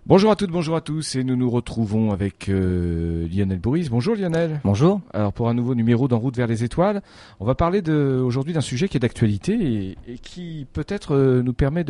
Bonjour à toutes, bonjour à tous, et nous nous retrouvons avec Lionel Bourris. Bonjour Lionel. Bonjour. Alors pour un nouveau numéro d'En route vers les étoiles, on va parler aujourd'hui d'un sujet qui est d'actualité et qui peut-être nous permet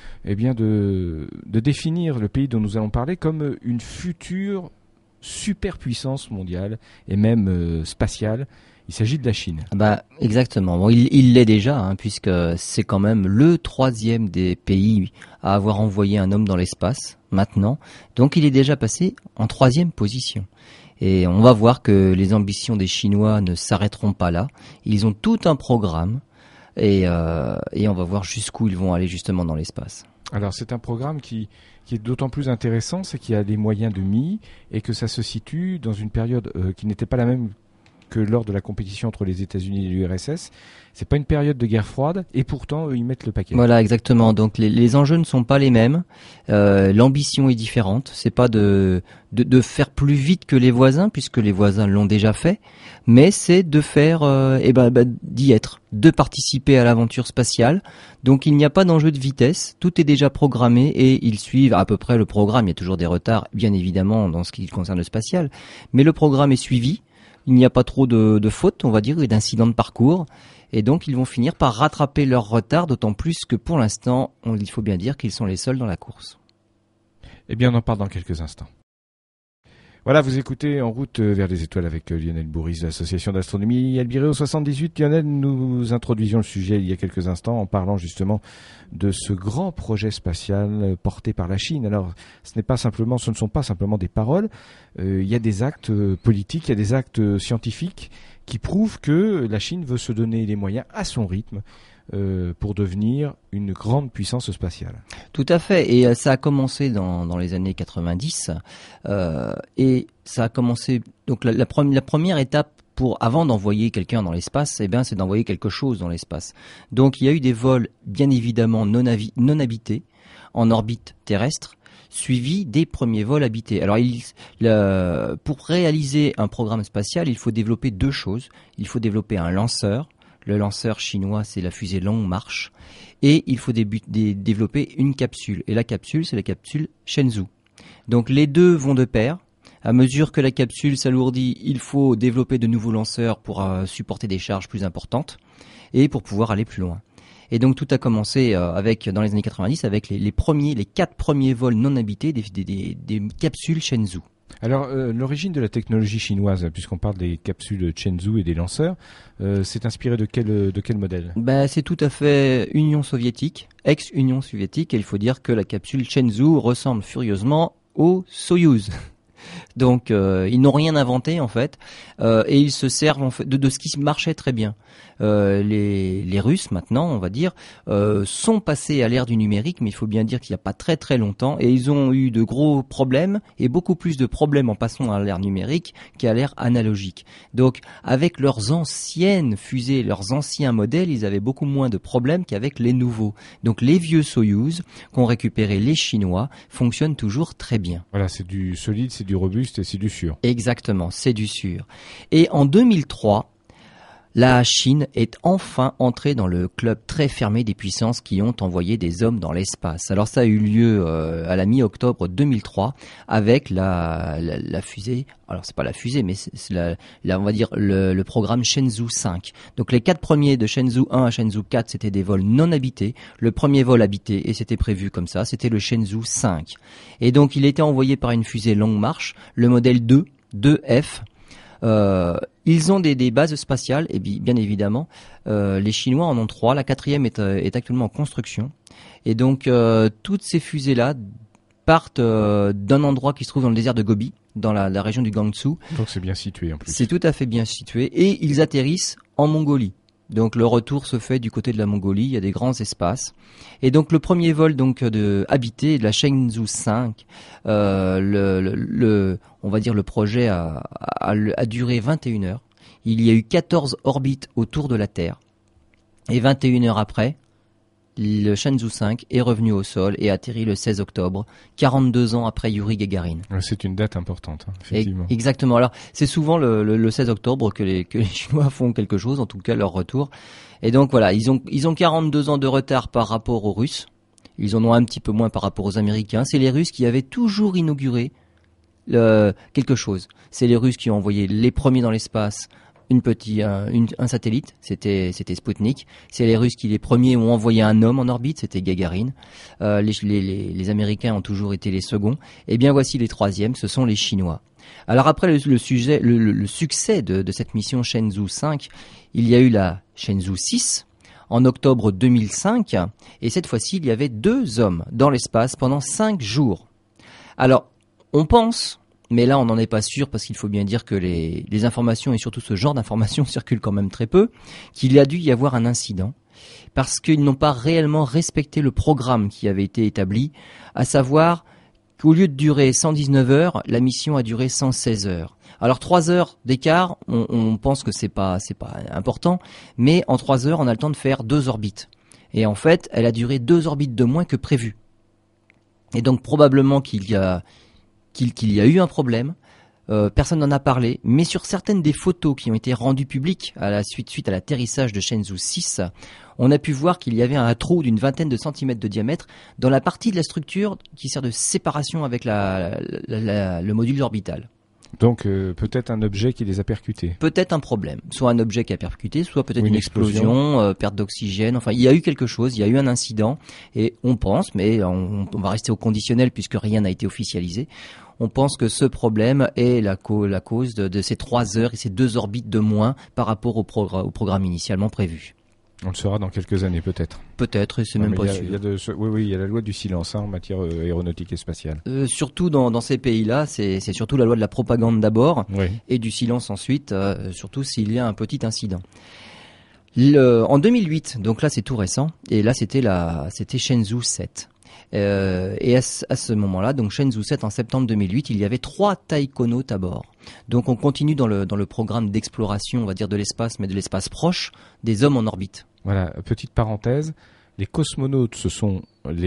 de définir le pays dont nous allons parler comme une future superpuissance mondiale et même spatiale. Il s'agit de la Chine. Exactement. Bon, il l'est déjà, puisque c'est quand même le troisième des pays à avoir envoyé un homme dans l'espace maintenant. Donc il est déjà passé en troisième position. Et on va voir que les ambitions des Chinois ne s'arrêteront pas là. Ils ont tout un programme et on va voir jusqu'où ils vont aller justement dans l'espace. Alors c'est un programme qui est d'autant plus intéressant, c'est qu'il y a des moyens de mise et que ça se situe dans une période qui n'était pas la même que lors de la compétition entre les États-Unis et l'URSS. C'est pas une période de guerre froide et pourtant eux, ils mettent le paquet. Voilà, exactement. Donc les enjeux ne sont pas les mêmes. L'ambition est différente. C'est pas de faire plus vite que les voisins puisque les voisins l'ont déjà fait, mais c'est de faire d'y être, de participer à l'aventure spatiale. Donc il n'y a pas d'enjeu de vitesse, tout est déjà programmé et ils suivent à peu près le programme. Il y a toujours des retards, bien évidemment, dans ce qui concerne le spatial, mais le programme est suivi. Il n'y a pas trop de fautes, on va dire, et d'incidents de parcours. Et donc, ils vont finir par rattraper leur retard, d'autant plus que pour l'instant, il faut bien dire qu'ils sont les seuls dans la course. Eh bien, on en parle dans quelques instants. Voilà, vous écoutez En route vers les étoiles avec Lionel Bourris de l'association d'astronomie Albireo 78. Lionel, nous introduisions le sujet il y a quelques instants en parlant justement de ce grand projet spatial porté par la Chine. Alors, ce ne sont pas simplement des paroles. Il y a des actes politiques, il y a des actes scientifiques qui prouvent que la Chine veut se donner les moyens à son rythme pour devenir une grande puissance spatiale. Tout à fait, et ça a commencé dans les années 90, et ça a commencé, donc la première étape avant d'envoyer quelqu'un dans l'espace, c'est d'envoyer quelque chose dans l'espace. Donc il y a eu des vols bien évidemment non habités, en orbite terrestre, suivi des premiers vols habités. Alors, pour réaliser un programme spatial, il faut développer deux choses. Il faut développer un lanceur. Le lanceur chinois, c'est la fusée Longue Marche. Et il faut développer une capsule. Et la capsule, c'est la capsule Shenzhou. Donc, les deux vont de pair. À mesure que la capsule s'alourdit, il faut développer de nouveaux lanceurs pour supporter des charges plus importantes et pour pouvoir aller plus loin. Et donc tout a commencé dans les années 90 avec les 4 premiers vols non habités des capsules Shenzhou. Alors l'origine de la technologie chinoise, puisqu'on parle des capsules Shenzhou et des lanceurs, c'est inspiré de quel modèle ? C'est tout à fait Union soviétique, ex-Union soviétique, et il faut dire que la capsule Shenzhou ressemble furieusement au Soyouz. Donc ils n'ont rien inventé en fait, et ils se servent en fait de ce qui marchait très bien. Les Russes maintenant, on va dire, sont passés à l'ère du numérique, mais il faut bien dire qu'il n'y a pas très très longtemps, et ils ont eu de gros problèmes, et beaucoup plus de problèmes en passant à l'ère numérique qu'à l'ère analogique. Donc avec leurs anciennes fusées, leurs anciens modèles, ils avaient beaucoup moins de problèmes qu'avec les nouveaux. Donc les vieux Soyouz qu'ont récupéré les Chinois fonctionnent toujours très bien. Voilà, c'est du solide, c'est du robuste et c'est du sûr. Exactement, c'est du sûr. Et en 2003, la Chine est enfin entrée dans le club très fermé des puissances qui ont envoyé des hommes dans l'espace. Alors ça a eu lieu à la mi-octobre 2003 avec la fusée. Alors c'est pas la fusée, mais c'est on va dire le programme Shenzhou 5. Donc les 4 premiers de Shenzhou 1 à Shenzhou 4, c'était des vols non habités. Le premier vol habité, et c'était prévu comme ça, c'était le Shenzhou 5. Et donc il était envoyé par une fusée Longue Marche, le modèle 2F. Ils ont des bases spatiales, et bien évidemment, les Chinois en ont 3. La 4e est actuellement en construction. Et donc, toutes ces fusées-là partent d'un endroit qui se trouve dans le désert de Gobi, dans la région du Gansu. Donc c'est bien situé en plus. C'est tout à fait bien situé. Et ils atterrissent en Mongolie. Donc le retour se fait du côté de la Mongolie, il y a des grands espaces. Et donc le premier vol habité de la Shenzhou 5, on va dire le projet a duré 21 heures. Il y a eu 14 orbites autour de la Terre. Et 21 heures après, le Shenzhou 5 est revenu au sol et a atterri le 16 octobre, 42 ans après Yuri Gagarin. C'est une date importante, effectivement. Exactement. Alors, c'est souvent le 16 octobre que les Chinois font quelque chose, en tout cas leur retour. Et donc voilà, ils ont 42 ans de retard par rapport aux Russes. Ils en ont un petit peu moins par rapport aux Américains. C'est les Russes qui avaient toujours inauguré quelque chose. C'est les Russes qui ont envoyé les premiers dans l'espace un satellite, c'était Sputnik. C'est les Russes qui les premiers ont envoyé un homme en orbite, c'était Gagarine. Les Américains ont toujours été les seconds. Et bien voici les troisièmes, ce sont les Chinois. Alors après le succès de cette mission Shenzhou 5, il y a eu la Shenzhou 6 en octobre 2005, et cette fois-ci il y avait 2 hommes dans l'espace pendant 5 jours. Alors on pense, mais là on n'en est pas sûr parce qu'il faut bien dire que les informations et surtout ce genre d'informations circulent quand même très peu, qu'il a dû y avoir un incident parce qu'ils n'ont pas réellement respecté le programme qui avait été établi, à savoir qu'au lieu de durer 119 heures, la mission a duré 116 heures. Alors 3 heures d'écart, on pense que c'est pas important, mais en 3 heures on a le temps de faire 2 orbites. Et en fait, elle a duré 2 orbites de moins que prévu. Et donc probablement qu'il y a eu un problème, personne n'en a parlé, mais sur certaines des photos qui ont été rendues publiques à la suite à l'atterrissage de Shenzhou 6, on a pu voir qu'il y avait un trou d'une vingtaine de centimètres de diamètre dans la partie de la structure qui sert de séparation avec le module orbital. Donc peut-être un objet qui les a percutés. Peut-être un problème, soit un objet qui a percuté, soit peut-être une explosion, perte d'oxygène. Enfin, il y a eu quelque chose, il y a eu un incident, et on pense, mais on va rester au conditionnel puisque rien n'a été officialisé. On pense que ce problème est la cause de ces 3 heures et ces 2 orbites de moins par rapport au programme initialement prévu. On le saura dans quelques années peut-être. Peut-être, et c'est même pas sûr. Il y a la loi du silence en matière aéronautique et spatiale. Surtout dans ces pays-là, c'est surtout la loi de la propagande d'abord, oui, et du silence ensuite, surtout s'il y a un petit incident. En 2008, donc là c'est tout récent, et là c'était Shenzhou 7. Et à ce moment-là, donc Shenzhou 7 en septembre 2008, il y avait 3 taïkonautes à bord. Donc on continue dans le programme d'exploration, on va dire de l'espace, mais de l'espace proche, des hommes en orbite. Voilà, petite parenthèse, les cosmonautes ce sont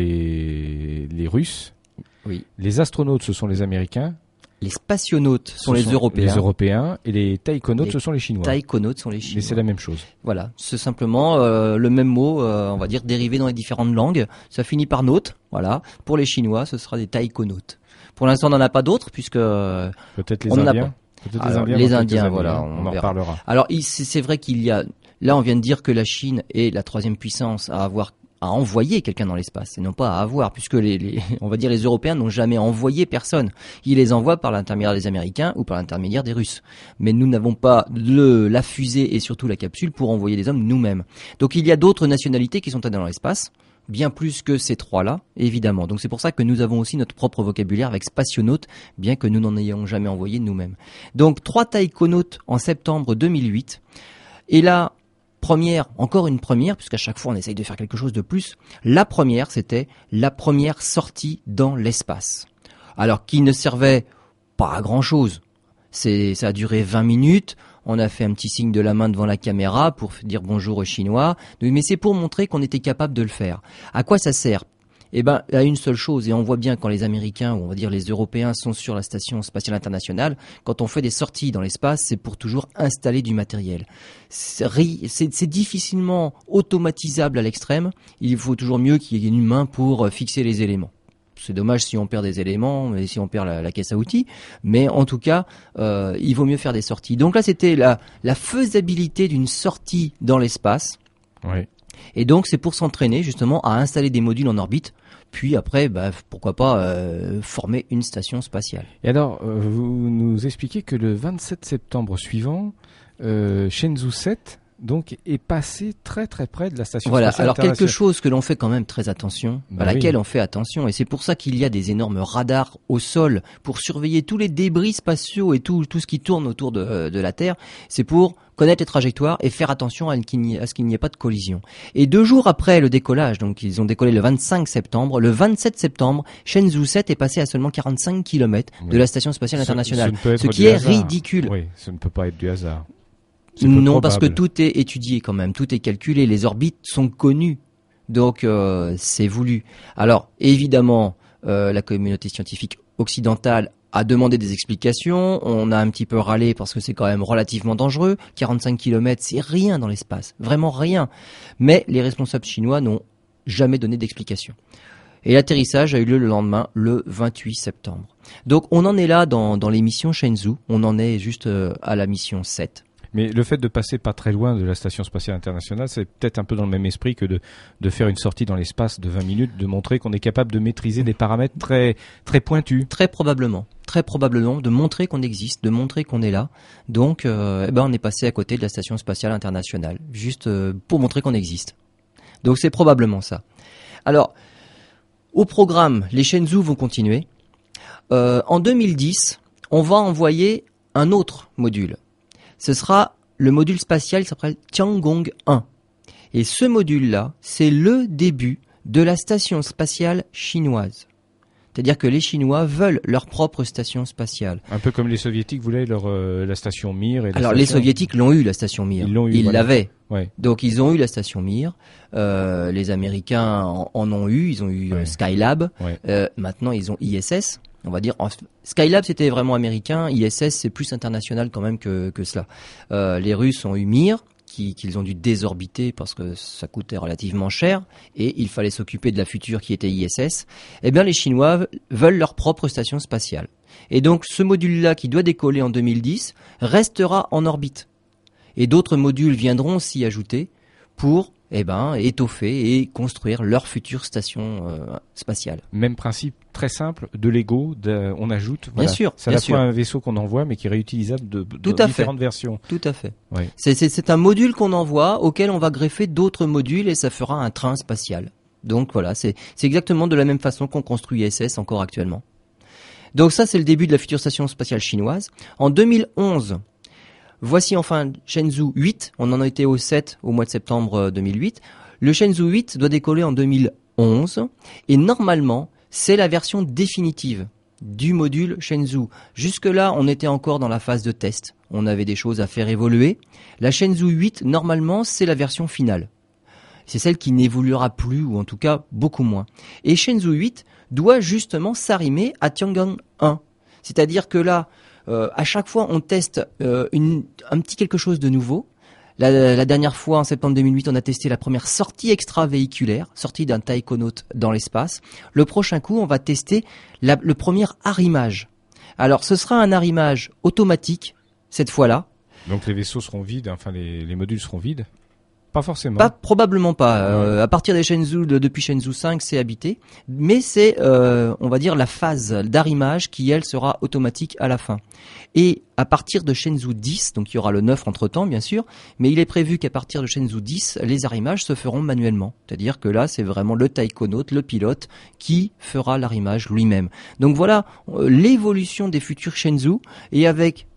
les Russes, oui. Les astronautes ce sont les Américains, les spationautes sont les Européens. Et les taïkonautes ce sont les Chinois. Taïkonautes sont les Chinois. Mais c'est la même chose. Voilà, c'est simplement le même mot, on va dire dérivé dans les différentes langues. Ça finit par naute, voilà. Pour les Chinois, ce sera des taïkonautes. Pour l'instant, on n'en a pas d'autres puisque peut-être les Indiens. Peut-être les Indiens, voilà, on en reparlera. Alors c'est vrai qu'il y a, là on vient de dire que la Chine est la 3e puissance à envoyer quelqu'un dans l'espace, et non pas à avoir, puisque on va dire les Européens n'ont jamais envoyé personne. Ils les envoient par l'intermédiaire des Américains ou par l'intermédiaire des Russes. Mais nous n'avons pas la fusée et surtout la capsule pour envoyer des hommes nous-mêmes. Donc il y a d'autres nationalités qui sont allées dans l'espace, bien plus que ces 3-là, évidemment. Donc c'est pour ça que nous avons aussi notre propre vocabulaire avec spationautes, bien que nous n'en ayons jamais envoyé nous-mêmes. Donc 3 taïkonautes en septembre 2008. Et là, encore une première, puisqu'à chaque fois on essaye de faire quelque chose de plus. La première, c'était la première sortie dans l'espace. Alors, qui ne servait pas à grand chose. Ça a duré 20 minutes. On a fait un petit signe de la main devant la caméra pour dire bonjour aux Chinois. Mais c'est pour montrer qu'on était capable de le faire. À quoi ça sert ? Eh ben, il y a une seule chose, et on voit bien quand les Américains, ou on va dire les Européens, sont sur la station spatiale internationale, quand on fait des sorties dans l'espace, c'est pour toujours installer du matériel. C'est difficilement automatisable à l'extrême. Il faut toujours mieux qu'il y ait une humain pour fixer les éléments. C'est dommage si on perd des éléments et si on perd la caisse à outils, mais en tout cas, il vaut mieux faire des sorties. Donc là, c'était la faisabilité d'une sortie dans l'espace. Oui. Et donc c'est pour s'entraîner justement à installer des modules en orbite, puis après pourquoi pas former une station spatiale. Et alors vous nous expliquez que le 27 septembre suivant, Shenzhou 7 donc est passé très très près de la station spatiale alors internationale. Quelque chose que l'on fait quand même très attention, à laquelle on fait attention, et c'est pour ça qu'il y a des énormes radars au sol pour surveiller tous les débris spatiaux et tout ce qui tourne autour de la Terre. C'est pour connaître les trajectoires et faire attention à ce qu'il n'y ait pas de collision. Et 2 jours après le décollage, donc ils ont décollé le 25 septembre, le 27 septembre, Shenzhou 7 est passé à seulement 45 km de la station spatiale internationale, ce qui est ridicule. Oui, ça ne peut pas être du hasard. Non, parce que tout est étudié quand même, tout est calculé, les orbites sont connues, donc c'est voulu. Alors évidemment, la communauté scientifique occidentale a demandé des explications, on a un petit peu râlé parce que c'est quand même relativement dangereux, 45 km c'est rien dans l'espace, vraiment rien. Mais les responsables chinois n'ont jamais donné d'explication. Et l'atterrissage a eu lieu le lendemain, le 28 septembre. Donc on en est là dans les missions Shenzhou, on en est juste à la mission 7. Mais le fait de passer pas très loin de la Station Spatiale Internationale, c'est peut-être un peu dans le même esprit que de faire une sortie dans l'espace de 20 minutes, de montrer qu'on est capable de maîtriser des paramètres très, très pointus. Très probablement, de montrer qu'on existe, de montrer qu'on est là. Donc on est passé à côté de la Station Spatiale Internationale, juste pour montrer qu'on existe. Donc c'est probablement ça. Alors, au programme, les Shenzhou vont continuer. En 2010, on va envoyer un autre module. Ce sera le module spatial qui s'appelle Tiangong 1. Et ce module-là, c'est le début de la station spatiale chinoise. C'est-à-dire que les Chinois veulent leur propre station spatiale. Un peu comme les Soviétiques voulaient la station Mir. Alors les Soviétiques l'ont eu, la station Mir. Ils l'avaient. Ouais. Donc ils ont eu la station Mir. Les Américains en ont eu. Ils ont eu Skylab. Ouais. Maintenant ils ont ISS. On va dire Skylab c'était vraiment américain. ISS c'est plus international quand même que cela. Les Russes ont eu Mir, qu'ils ont dû désorbiter parce que ça coûtait relativement cher et il fallait s'occuper de la future qui était ISS. Eh bien, les Chinois veulent leur propre station spatiale. Et donc, ce module-là qui doit décoller en 2010 restera en orbite. Et d'autres modules viendront s'y ajouter pour étoffer et construire leur future station spatiale. Même principe très simple de Lego, on ajoute. Bien sûr. C'est à la fois un vaisseau qu'on envoie, mais qui est réutilisable de différentes versions. Tout à fait. Ouais. C'est un module qu'on envoie auquel on va greffer d'autres modules et ça fera un train spatial. Donc voilà, c'est exactement de la même façon qu'on construit ISS encore actuellement. Donc ça, c'est le début de la future station spatiale chinoise. En 2011, voici enfin Shenzhou 8, on en a été au 7 au mois de septembre 2008. Le Shenzhou 8 doit décoller en 2011 et normalement, c'est la version définitive du module Shenzhou. Jusque-là, on était encore dans la phase de test. On avait des choses à faire évoluer. La Shenzhou 8, normalement, c'est la version finale. C'est celle qui n'évoluera plus, ou en tout cas beaucoup moins. Et Shenzhou 8 doit justement s'arrimer à Tiangong 1. C'est-à-dire que là, à chaque fois, on teste un petit quelque chose de nouveau. La dernière fois, en septembre 2008, on a testé la première sortie extravéhiculaire, sortie d'un taïkonaute dans l'espace. Le prochain coup, on va tester le premier arrimage. Alors, ce sera un arrimage automatique, cette fois-là. Donc les vaisseaux seront vides, enfin les modules seront vides? Pas forcément. Probablement pas. À partir des Shenzhou, depuis Shenzhou 5, c'est habité. Mais c'est, on va dire, la phase d'arrimage qui, elle, sera automatique à la fin. Et à partir de Shenzhou 10, donc il y aura le 9 entre-temps, bien sûr, mais il est prévu qu'à partir de Shenzhou 10, les arrimages se feront manuellement. C'est-à-dire que là, c'est vraiment le taïkonaute, le pilote, qui fera l'arrimage lui-même. Donc voilà l'évolution des futurs Shenzhou, et avec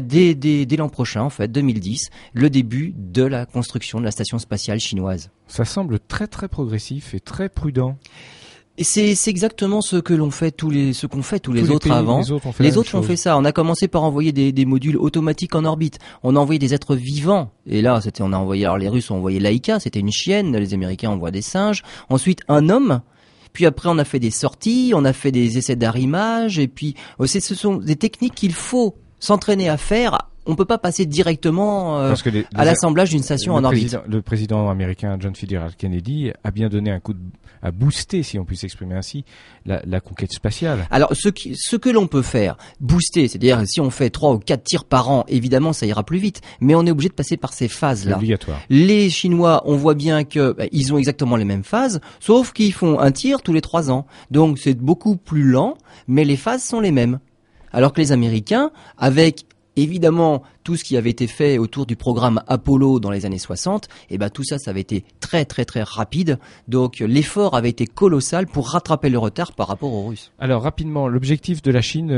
dès l'an prochain, en fait, 2010, le début de la construction de la station spatiale chinoise. Ça semble très très progressif et très prudent. Et c'est exactement ce que l'on fait tous les autres avant. Les autres ont fait ça. On a commencé par envoyer des modules automatiques en orbite. On a envoyé des êtres vivants. Et là, on a envoyé, alors les Russes ont envoyé Laika, c'était une chienne. Les Américains envoient des singes. Ensuite, un homme. Puis après, on a fait des sorties, on a fait des essais d'arrimage. Et puis, ce sont des techniques qu'il faut s'entraîner à faire. On peut pas passer directement à l'assemblage d'une station en orbite. Le président américain John Fitzgerald Kennedy a bien donné un coup à booster, si on peut s'exprimer ainsi, la conquête spatiale. Alors, ce que l'on peut faire, booster, c'est-à-dire si on fait 3 ou 4 tirs par an, évidemment, ça ira plus vite. Mais on est obligé de passer par ces phases-là. C'est obligatoire. Les Chinois, on voit bien que ils ont exactement les mêmes phases, sauf qu'ils font un tir tous les 3 ans. Donc, c'est beaucoup plus lent, mais les phases sont les mêmes. Alors que les Américains, avec évidemment tout ce qui avait été fait autour du programme Apollo dans les années 60, tout ça avait été très très très rapide. Donc l'effort avait été colossal pour rattraper le retard par rapport aux Russes. Alors rapidement, l'objectif de la Chine,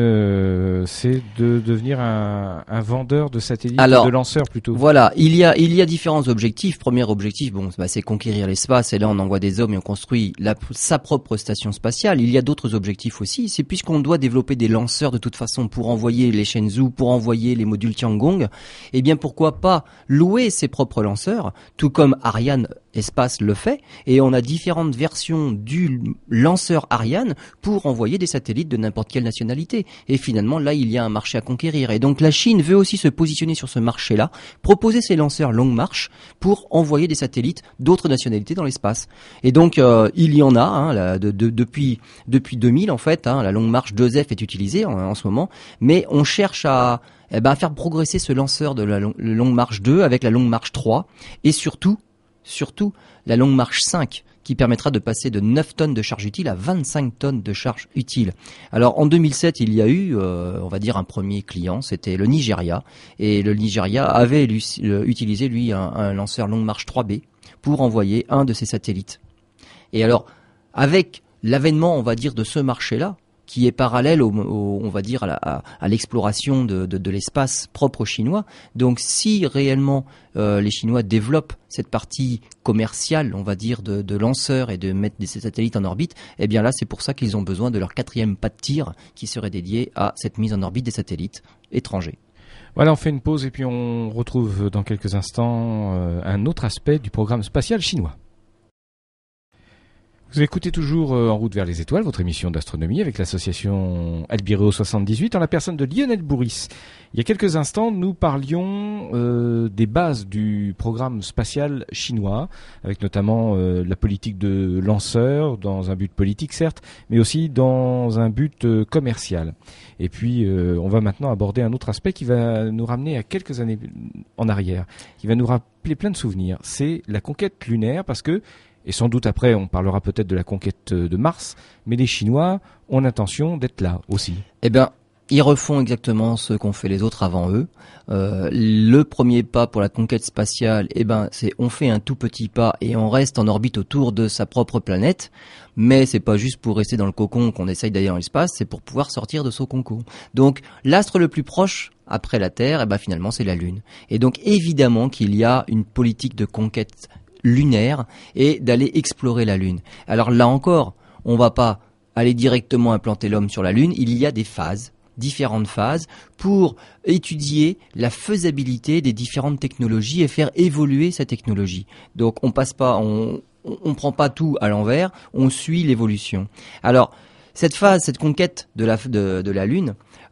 c'est de devenir un vendeur de satellites, de lanceurs plutôt. Voilà, il y a différents objectifs. Premier objectif, c'est conquérir l'espace. Et là, on envoie des hommes et on construit sa propre station spatiale. Il y a d'autres objectifs aussi. C'est puisqu'on doit développer des lanceurs de toute façon pour envoyer les Shenzhou, pour envoyer les modules Tiangong. Eh bien, pourquoi pas louer ses propres lanceurs, tout comme Ariane Espace le fait, et on a différentes versions du lanceur Ariane pour envoyer des satellites de n'importe quelle nationalité. Et finalement, là, il y a un marché à conquérir. Et donc, la Chine veut aussi se positionner sur ce marché-là, proposer ses lanceurs longue marche pour envoyer des satellites d'autres nationalités dans l'espace. Et donc, il y en a, hein, depuis 2000, en fait, hein, la longue marche 2F est utilisée en ce moment, mais on cherche à faire progresser ce lanceur de la longue marche 2 avec la longue marche 3, et surtout, la longue marche 5, qui permettra de passer de 9 tonnes de charge utile à 25 tonnes de charge utile. Alors en 2007, il y a eu, on va dire, un premier client, c'était le Nigeria, et le Nigeria avait utilisé, lui, un lanceur longue marche 3B pour envoyer un de ses satellites. Et alors, avec l'avènement, on va dire, de ce marché-là, qui est parallèle on va dire à l'exploration de l'espace propre aux Chinois. Donc si réellement les Chinois développent cette partie commerciale, on va dire, de lanceurs et de mettre des satellites en orbite, eh bien là c'est pour ça qu'ils ont besoin de leur 4e pas de tir qui serait dédié à cette mise en orbite des satellites étrangers. Voilà, on fait une pause et puis on retrouve dans quelques instants un autre aspect du programme spatial chinois. Vous écoutez toujours En route vers les étoiles, votre émission d'astronomie avec l'association Albireo 78 en la personne de Lionel Bourris. Il y a quelques instants, nous parlions des bases du programme spatial chinois, avec notamment la politique de lanceurs, dans un but politique certes, mais aussi dans un but commercial. Et puis, on va maintenant aborder un autre aspect qui va nous ramener à quelques années en arrière, qui va nous rappeler plein de souvenirs. C'est la conquête lunaire, parce que et sans doute après, on parlera peut-être de la conquête de Mars, mais les Chinois ont l'intention d'être là aussi. Eh bien, ils refont exactement ce qu'ont fait les autres avant eux. Le premier pas pour la conquête spatiale, c'est on fait un tout petit pas et on reste en orbite autour de sa propre planète. Mais c'est pas juste pour rester dans le cocon qu'on essaye d'aller dans l'espace, c'est pour pouvoir sortir de son cocon. Donc, l'astre le plus proche après la Terre, finalement, c'est la Lune. Et donc, évidemment qu'il y a une politique de conquête lunaire et d'aller explorer la Lune. Alors là encore, on va pas aller directement implanter l'homme sur la Lune, il y a des phases, différentes phases, pour étudier la faisabilité des différentes technologies et faire évoluer cette technologie. Donc on passe pas, on prend pas tout à l'envers, on suit l'évolution. Alors cette phase, cette conquête de la Lune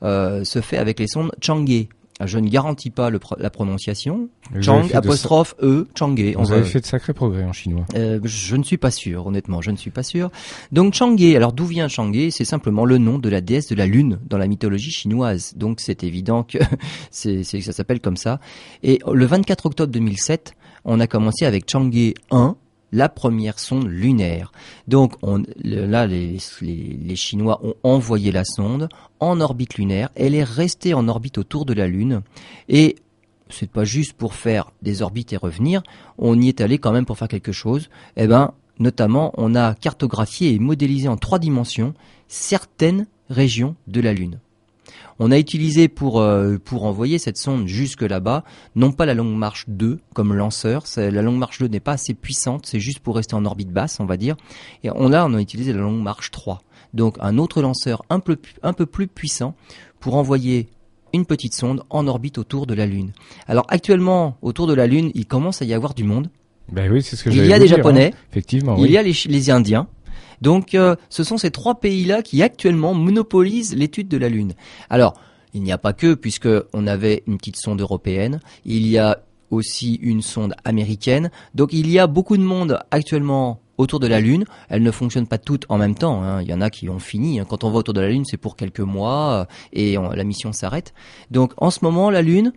se fait avec les sondes Chang'e. Je ne garantis pas la prononciation. Chang, apostrophe E, Chang'e. Vous avez fait de sacrés progrès en chinois. Je ne suis pas sûr, honnêtement, je ne suis pas sûr. Donc Chang'e, alors d'où vient Chang'e? C'est simplement le nom de la déesse de la Lune dans la mythologie chinoise. Donc c'est évident que ça s'appelle comme ça. Et le 24 octobre 2007, on a commencé avec Chang'e 1, la première sonde lunaire. Donc là, les Chinois ont envoyé la sonde en orbite lunaire. Elle est restée en orbite autour de la Lune. Et c'est pas juste pour faire des orbites et revenir. On y est allé quand même pour faire quelque chose. Notamment, on a cartographié et modélisé en 3 dimensions certaines régions de la Lune. On a utilisé pour envoyer cette sonde jusque là-bas, non pas la longue marche 2 comme lanceur, la longue marche 2 n'est pas assez puissante, c'est juste pour rester en orbite basse, on va dire. Et on a utilisé la longue marche 3. Donc un autre lanceur un peu plus puissant pour envoyer une petite sonde en orbite autour de la Lune. Alors actuellement, autour de la Lune, il commence à y avoir du monde. Ben oui, c'est ce que il y a des Japonais, effectivement, il y a les Indiens. Donc, ce sont ces 3 pays-là qui actuellement monopolisent l'étude de la Lune. Alors, il n'y a pas que, puisque on avait une petite sonde européenne, il y a aussi une sonde américaine. Donc, il y a beaucoup de monde actuellement autour de la Lune. Elles ne fonctionnent pas toutes en même temps, hein. Il y en a qui ont fini. Quand on va autour de la Lune, c'est pour quelques mois et la mission s'arrête. Donc, en ce moment, la Lune,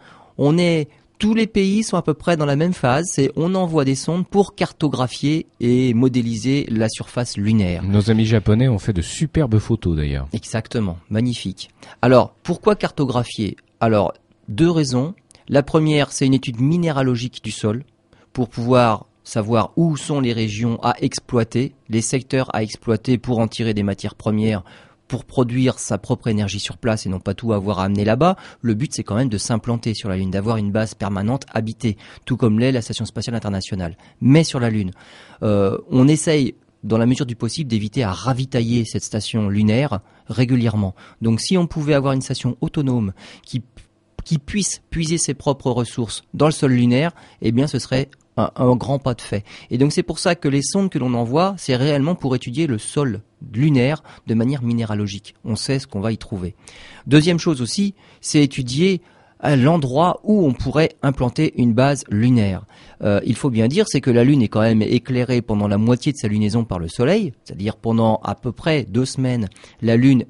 tous les pays sont à peu près dans la même phase, on envoie des sondes pour cartographier et modéliser la surface lunaire. Nos amis japonais ont fait de superbes photos d'ailleurs. Exactement, magnifique. Alors, pourquoi cartographier? Alors, 2 raisons. La première, c'est une étude minéralogique du sol pour pouvoir savoir où sont les régions à exploiter, les secteurs à exploiter pour en tirer des matières premières pour produire sa propre énergie sur place et non pas tout avoir à amener là-bas. Le but, c'est quand même de s'implanter sur la Lune, d'avoir une base permanente habitée, tout comme l'est la Station Spatiale Internationale. Mais sur la Lune, on essaye, dans la mesure du possible, d'éviter à ravitailler cette station lunaire régulièrement. Donc si on pouvait avoir une station autonome qui puisse puiser ses propres ressources dans le sol lunaire, eh bien ce serait un grand pas de fait. Et donc c'est pour ça que les sondes que l'on envoie, c'est réellement pour étudier le sol lunaire de manière minéralogique. On sait ce qu'on va y trouver. Deuxième chose aussi, c'est étudier à l'endroit où on pourrait implanter une base lunaire. Il faut bien dire, c'est que la Lune est quand même éclairée pendant la moitié de sa lunaison par le Soleil, c'est-à-dire pendant à peu près 2 semaines, la Lune,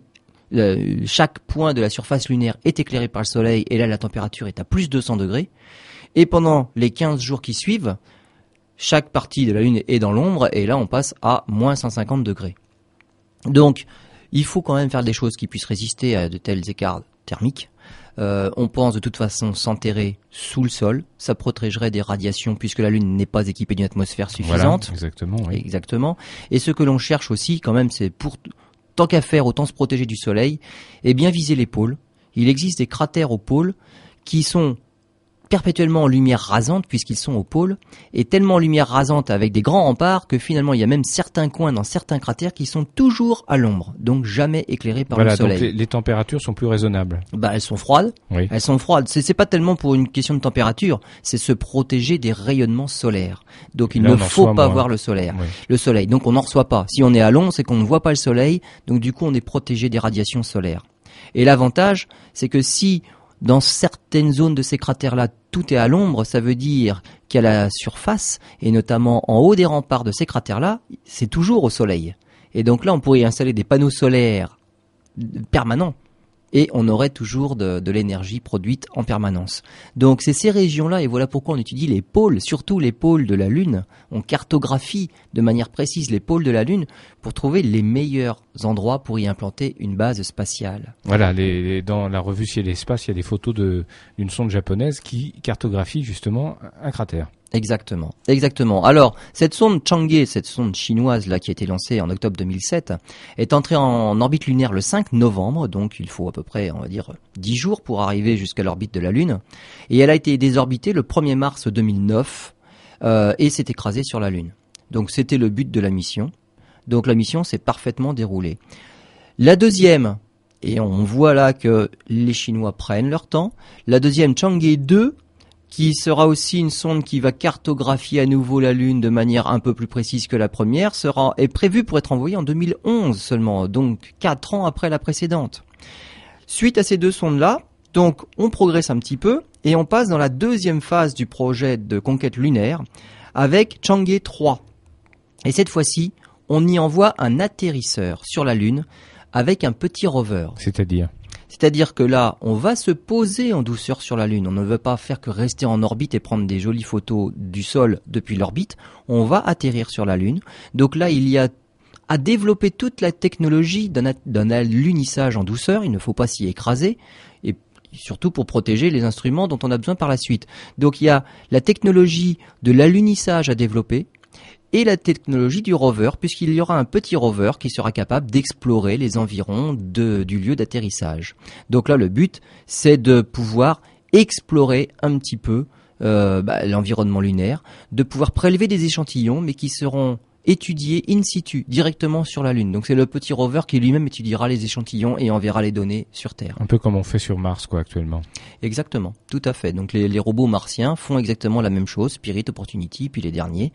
chaque point de la surface lunaire est éclairé par le Soleil, et là la température est à plus 200 degrés. Et pendant les 15 jours qui suivent, chaque partie de la Lune est dans l'ombre, et là on passe à moins 150 degrés. Donc, il faut quand même faire des choses qui puissent résister à de tels écarts thermiques. On pense de toute façon s'enterrer sous le sol. Ça protégerait des radiations puisque la Lune n'est pas équipée d'une atmosphère suffisante. Voilà, exactement. Oui. Exactement. Et ce que l'on cherche aussi, quand même, c'est pour tant qu'à faire, autant se protéger du soleil et bien viser les pôles. Il existe des cratères aux pôles qui sont perpétuellement en lumière rasante puisqu'ils sont au pôle, et tellement en lumière rasante avec des grands remparts que finalement il y a même certains coins dans certains cratères qui sont toujours à l'ombre, donc jamais éclairés par le soleil. Donc les températures sont plus raisonnables. Elles sont froides. Oui. Elles sont froides. C'est pas tellement pour une question de température, c'est se protéger des rayonnements solaires. Donc il ne faut pas voir le soleil. Oui. Le soleil. Donc on n'en reçoit pas. Si on est à l'ombre, c'est qu'on ne voit pas le soleil. Donc du coup on est protégé des radiations solaires. Et l'avantage, c'est que si dans certaines zones de ces cratères-là, tout est à l'ombre, ça veut dire qu'à la surface, et notamment en haut des remparts de ces cratères-là, c'est toujours au soleil. Et donc là, on pourrait installer des panneaux solaires permanents, et on aurait toujours de l'énergie produite en permanence. Donc c'est ces régions-là, et voilà pourquoi on étudie les pôles, surtout les pôles de la Lune. On cartographie de manière précise les pôles de la Lune pour trouver les meilleurs endroits pour y implanter une base spatiale. Voilà, dans la revue Ciel et Espace, il y a des photos d'une sonde japonaise qui cartographie justement un cratère. Exactement, exactement. Alors, cette sonde Chang'e, cette sonde chinoise là qui a été lancée en octobre 2007, est entrée en orbite lunaire le 5 novembre, donc il faut à peu près, on va dire, 10 jours pour arriver jusqu'à l'orbite de la Lune. Et elle a été désorbitée le 1er mars 2009 et s'est écrasée sur la Lune. Donc c'était le but de la mission. Donc la mission s'est parfaitement déroulée. La deuxième, et on voit là que les Chinois prennent leur temps, la deuxième Chang'e 2, qui sera aussi une sonde qui va cartographier à nouveau la Lune de manière un peu plus précise que la première, est prévue pour être envoyée en 2011 seulement, donc 4 ans après la précédente. Suite à ces deux sondes-là, donc on progresse un petit peu et on passe dans la deuxième phase du projet de conquête lunaire avec Chang'e 3. Et cette fois-ci, on y envoie un atterrisseur sur la Lune avec un petit rover. C'est-à-dire que là, on va se poser en douceur sur la Lune. On ne veut pas faire que rester en orbite et prendre des jolies photos du sol depuis l'orbite. On va atterrir sur la Lune. Donc là, il y a à développer toute la technologie d'un alunissage en douceur. Il ne faut pas s'y écraser. Et surtout pour protéger les instruments dont on a besoin par la suite. Donc il y a la technologie de l'alunissage à développer. Et la technologie du rover, puisqu'il y aura un petit rover qui sera capable d'explorer les environs du lieu d'atterrissage. Donc là, le but, c'est de pouvoir explorer un petit peu l'environnement lunaire, de pouvoir prélever des échantillons, mais qui seront étudiés in situ, directement sur la Lune. Donc c'est le petit rover qui lui-même étudiera les échantillons et enverra les données sur Terre. Un peu comme on fait sur Mars, quoi, actuellement. Exactement, tout à fait. Donc les robots martiens font exactement la même chose, Spirit, Opportunity, puis les derniers.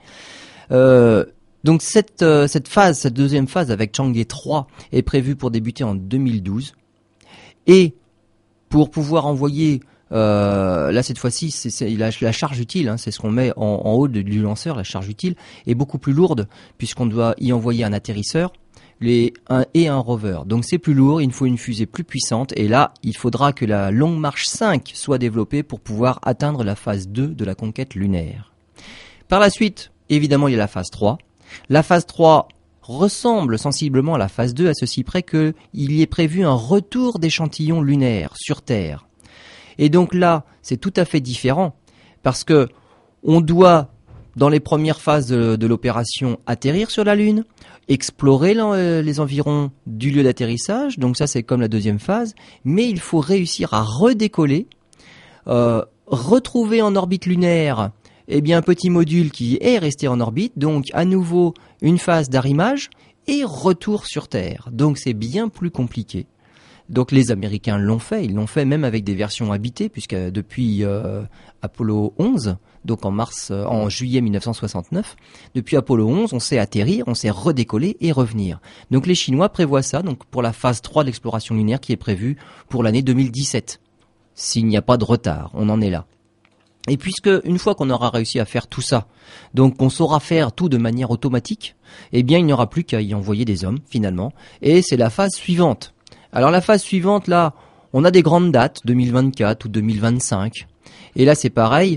Donc cette deuxième phase avec Chang'e 3 est prévue pour débuter en 2012 et pour pouvoir envoyer là cette fois-ci c'est la charge utile, hein, c'est ce qu'on met en haut du lanceur. La charge utile est beaucoup plus lourde puisqu'on doit y envoyer un atterrisseur et un rover. Donc c'est plus lourd, il faut une fusée plus puissante et là il faudra que la Longue Marche 5 soit développée pour pouvoir atteindre la phase 2 de la conquête lunaire. Par la suite, évidemment, il y a la phase 3. La phase 3 ressemble sensiblement à la phase 2 à ceci près qu'il y est prévu un retour d'échantillons lunaires sur Terre. Et donc là, c'est tout à fait différent parce que on doit, dans les premières phases de l'opération, atterrir sur la Lune, explorer les environs du lieu d'atterrissage. Donc ça, c'est comme la deuxième phase. Mais il faut réussir à redécoller, retrouver en orbite lunaire un petit module qui est resté en orbite, donc à nouveau une phase d'arrimage et retour sur Terre. Donc c'est bien plus compliqué. Donc les Américains l'ont fait, ils l'ont fait même avec des versions habitées, puisque depuis Apollo 11, donc en juillet 1969, depuis Apollo 11, on sait atterrir, on sait redécoller et revenir. Donc les Chinois prévoient ça, donc pour la phase 3 de l'exploration lunaire qui est prévue pour l'année 2017. S'il n'y a pas de retard, on en est là. Et puisque une fois qu'on aura réussi à faire tout ça, donc on saura faire tout de manière automatique, eh bien il n'y aura plus qu'à y envoyer des hommes finalement, et c'est la phase suivante. Alors la phase suivante là, on a des grandes dates, 2024 ou 2025, et là c'est pareil,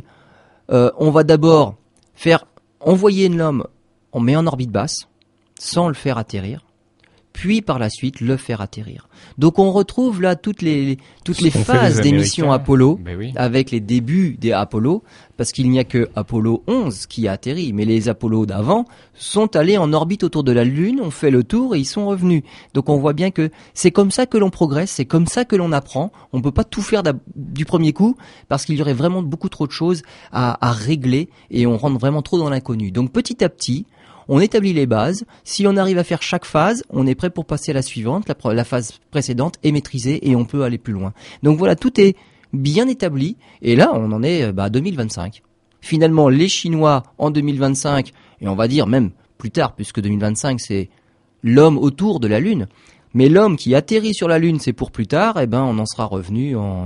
on va d'abord faire envoyer l'homme, on met en orbite basse, sans le faire atterrir, puis par la suite le faire atterrir. Donc on retrouve là toutes les phases des missions Apollo, avec les débuts des Apollo, parce qu'il n'y a que Apollo 11 qui a atterri, mais les Apollo d'avant sont allés en orbite autour de la Lune, ont fait le tour et ils sont revenus. Donc on voit bien que c'est comme ça que l'on progresse, c'est comme ça que l'on apprend. On peut pas tout faire du premier coup, parce qu'il y aurait vraiment beaucoup trop de choses à régler et on rentre vraiment trop dans l'inconnu. Donc petit à petit, on établit les bases. Si on arrive à faire chaque phase, on est prêt pour passer à la suivante. La phase précédente est maîtrisée et on peut aller plus loin. Donc voilà, tout est bien établi. Et là, on en est à 2025. Finalement, les Chinois en 2025, et on va dire même plus tard, puisque 2025, c'est l'homme autour de la Lune. Mais l'homme qui atterrit sur la Lune, c'est pour plus tard, on en sera revenu en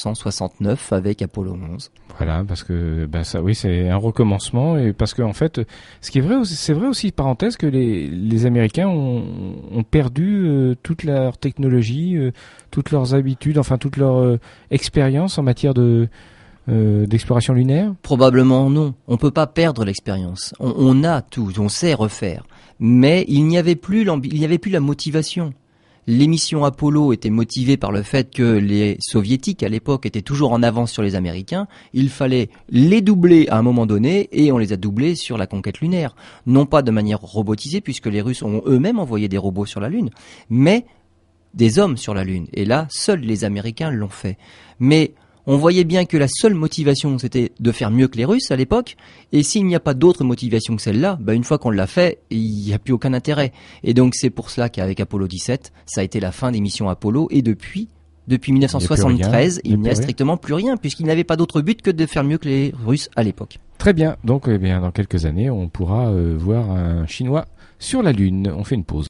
1969 avec Apollo 11. Voilà, parce que ça, oui, c'est un recommencement, et parce que en fait, ce qui est vrai, c'est vrai aussi, parenthèse, que les Américains ont perdu toute leur technologie, toutes leurs habitudes, enfin toute leur expérience en matière d'exploration lunaire. Probablement non. On peut pas perdre l'expérience. On a tout, on sait refaire, mais il n'y avait plus la motivation. L'émission Apollo était motivée par le fait que les soviétiques à l'époque étaient toujours en avance sur les Américains. Il fallait les doubler à un moment donné et on les a doublés sur la conquête lunaire. Non pas de manière robotisée puisque les Russes ont eux-mêmes envoyé des robots sur la Lune, mais des hommes sur la Lune. Et là, seuls les Américains l'ont fait. Mais on voyait bien que la seule motivation, c'était de faire mieux que les Russes à l'époque. Et s'il n'y a pas d'autre motivation que celle-là, une fois qu'on l'a fait, il n'y a plus aucun intérêt. Et donc c'est pour cela qu'avec Apollo 17, ça a été la fin des missions Apollo. Et depuis 1973, il n'y a strictement plus rien, puisqu'il n'avait pas d'autre but que de faire mieux que les Russes à l'époque. Très bien. Donc dans quelques années, on pourra voir un Chinois sur la Lune. On fait une pause.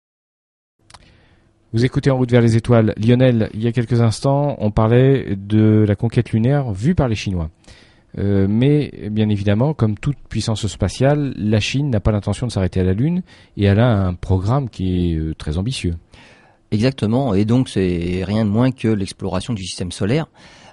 Vous écoutez En route vers les étoiles. Lionel, il y a quelques instants, on parlait de la conquête lunaire vue par les Chinois. Mais bien évidemment, comme toute puissance spatiale, la Chine n'a pas l'intention de s'arrêter à la Lune et elle a un programme qui est très ambitieux. Exactement, et donc c'est rien de moins que l'exploration du système solaire.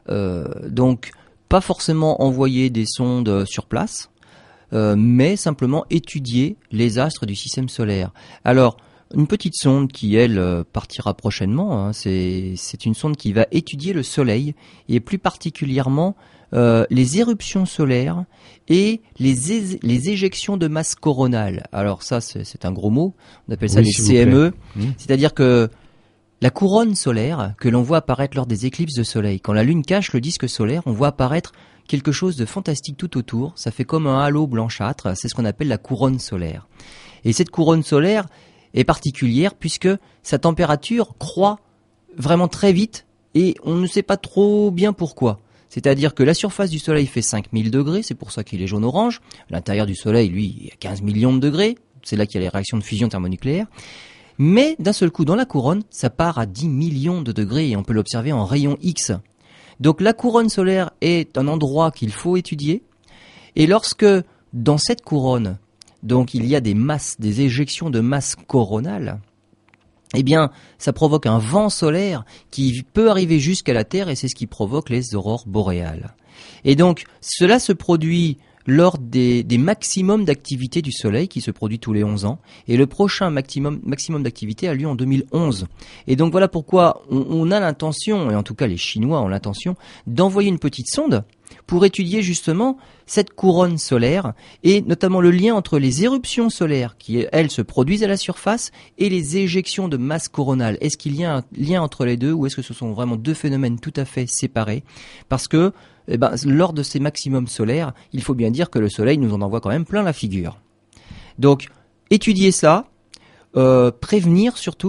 Donc pas forcément envoyer des sondes sur place, mais simplement étudier les astres du système solaire. Alors, une petite sonde qui, elle, partira prochainement, c'est une sonde qui va étudier le Soleil, et plus particulièrement les éruptions solaires et les éjections de masse coronale. Alors ça, c'est un gros mot, on appelle ça les CME, c'est-à-dire que la couronne solaire que l'on voit apparaître lors des éclipses de soleil, quand la Lune cache le disque solaire, on voit apparaître quelque chose de fantastique tout autour, ça fait comme un halo blanchâtre, c'est ce qu'on appelle la couronne solaire. Et cette couronne solaire est particulière puisque sa température croît vraiment très vite et on ne sait pas trop bien pourquoi. C'est-à-dire que la surface du Soleil fait 5000 degrés, c'est pour ça qu'il est jaune-orange. L'intérieur du Soleil, lui, il y a 15 millions de degrés. C'est là qu'il y a les réactions de fusion thermonucléaire. Mais d'un seul coup, dans la couronne, ça part à 10 millions de degrés et on peut l'observer en rayon X. Donc la couronne solaire est un endroit qu'il faut étudier. Et lorsque, dans cette couronne, donc il y a des masses, des éjections de masse coronale, eh bien, ça provoque un vent solaire qui peut arriver jusqu'à la Terre et c'est ce qui provoque les aurores boréales. Et donc, cela se produit lors des maximums d'activité du Soleil qui se produit tous les 11 ans. Et le prochain maximum d'activité a lieu en 2011. Et donc voilà pourquoi on a l'intention, et en tout cas les Chinois ont l'intention, d'envoyer une petite sonde pour étudier justement cette couronne solaire et notamment le lien entre les éruptions solaires qui, elles, se produisent à la surface et les éjections de masse coronale. Est-ce qu'il y a un lien entre les deux ou est-ce que ce sont vraiment deux phénomènes tout à fait séparés? Parce que lors de ces maximums solaires, il faut bien dire que le Soleil nous en envoie quand même plein la figure. Donc, étudier ça, prévenir surtout,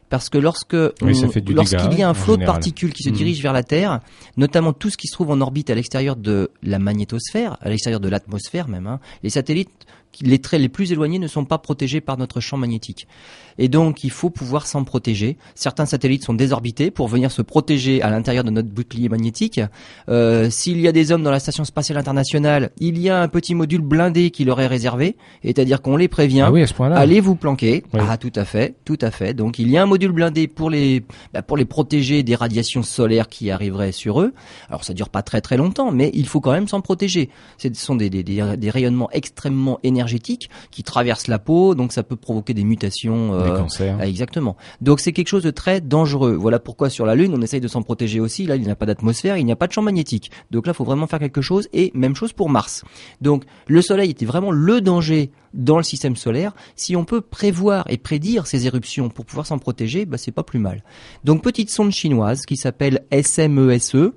parce que lorsqu'il y a un flot de particules qui se dirige vers la Terre, notamment tout ce qui se trouve en orbite à l'extérieur de la magnétosphère, à l'extérieur de l'atmosphère même, les satellites les traits les plus éloignés ne sont pas protégés par notre champ magnétique. Et donc, il faut pouvoir s'en protéger. Certains satellites sont désorbités pour venir se protéger à l'intérieur de notre bouclier magnétique. S'il y a des hommes dans la Station Spatiale Internationale, il y a un petit module blindé qui leur est réservé, c'est-à-dire qu'on les prévient. Ah oui, à ce point-là. Allez vous planquer. Oui. Ah, tout à fait. Donc, il y a un module blindé pour les protéger des radiations solaires qui arriveraient sur eux. Alors, ça dure pas très très longtemps, mais il faut quand même s'en protéger. Ce sont des rayonnements extrêmement énergétiques qui traversent la peau, donc ça peut provoquer des mutations. Des cancers. Exactement. Donc c'est quelque chose de très dangereux. Voilà pourquoi sur la Lune, on essaye de s'en protéger aussi. Là, il n'y a pas d'atmosphère, il n'y a pas de champ magnétique. Donc là, il faut vraiment faire quelque chose. Et même chose pour Mars. Donc le Soleil était vraiment le danger dans le système solaire. Si on peut prévoir et prédire ces éruptions pour pouvoir s'en protéger, c'est pas plus mal. Donc petite sonde chinoise qui s'appelle SMESE.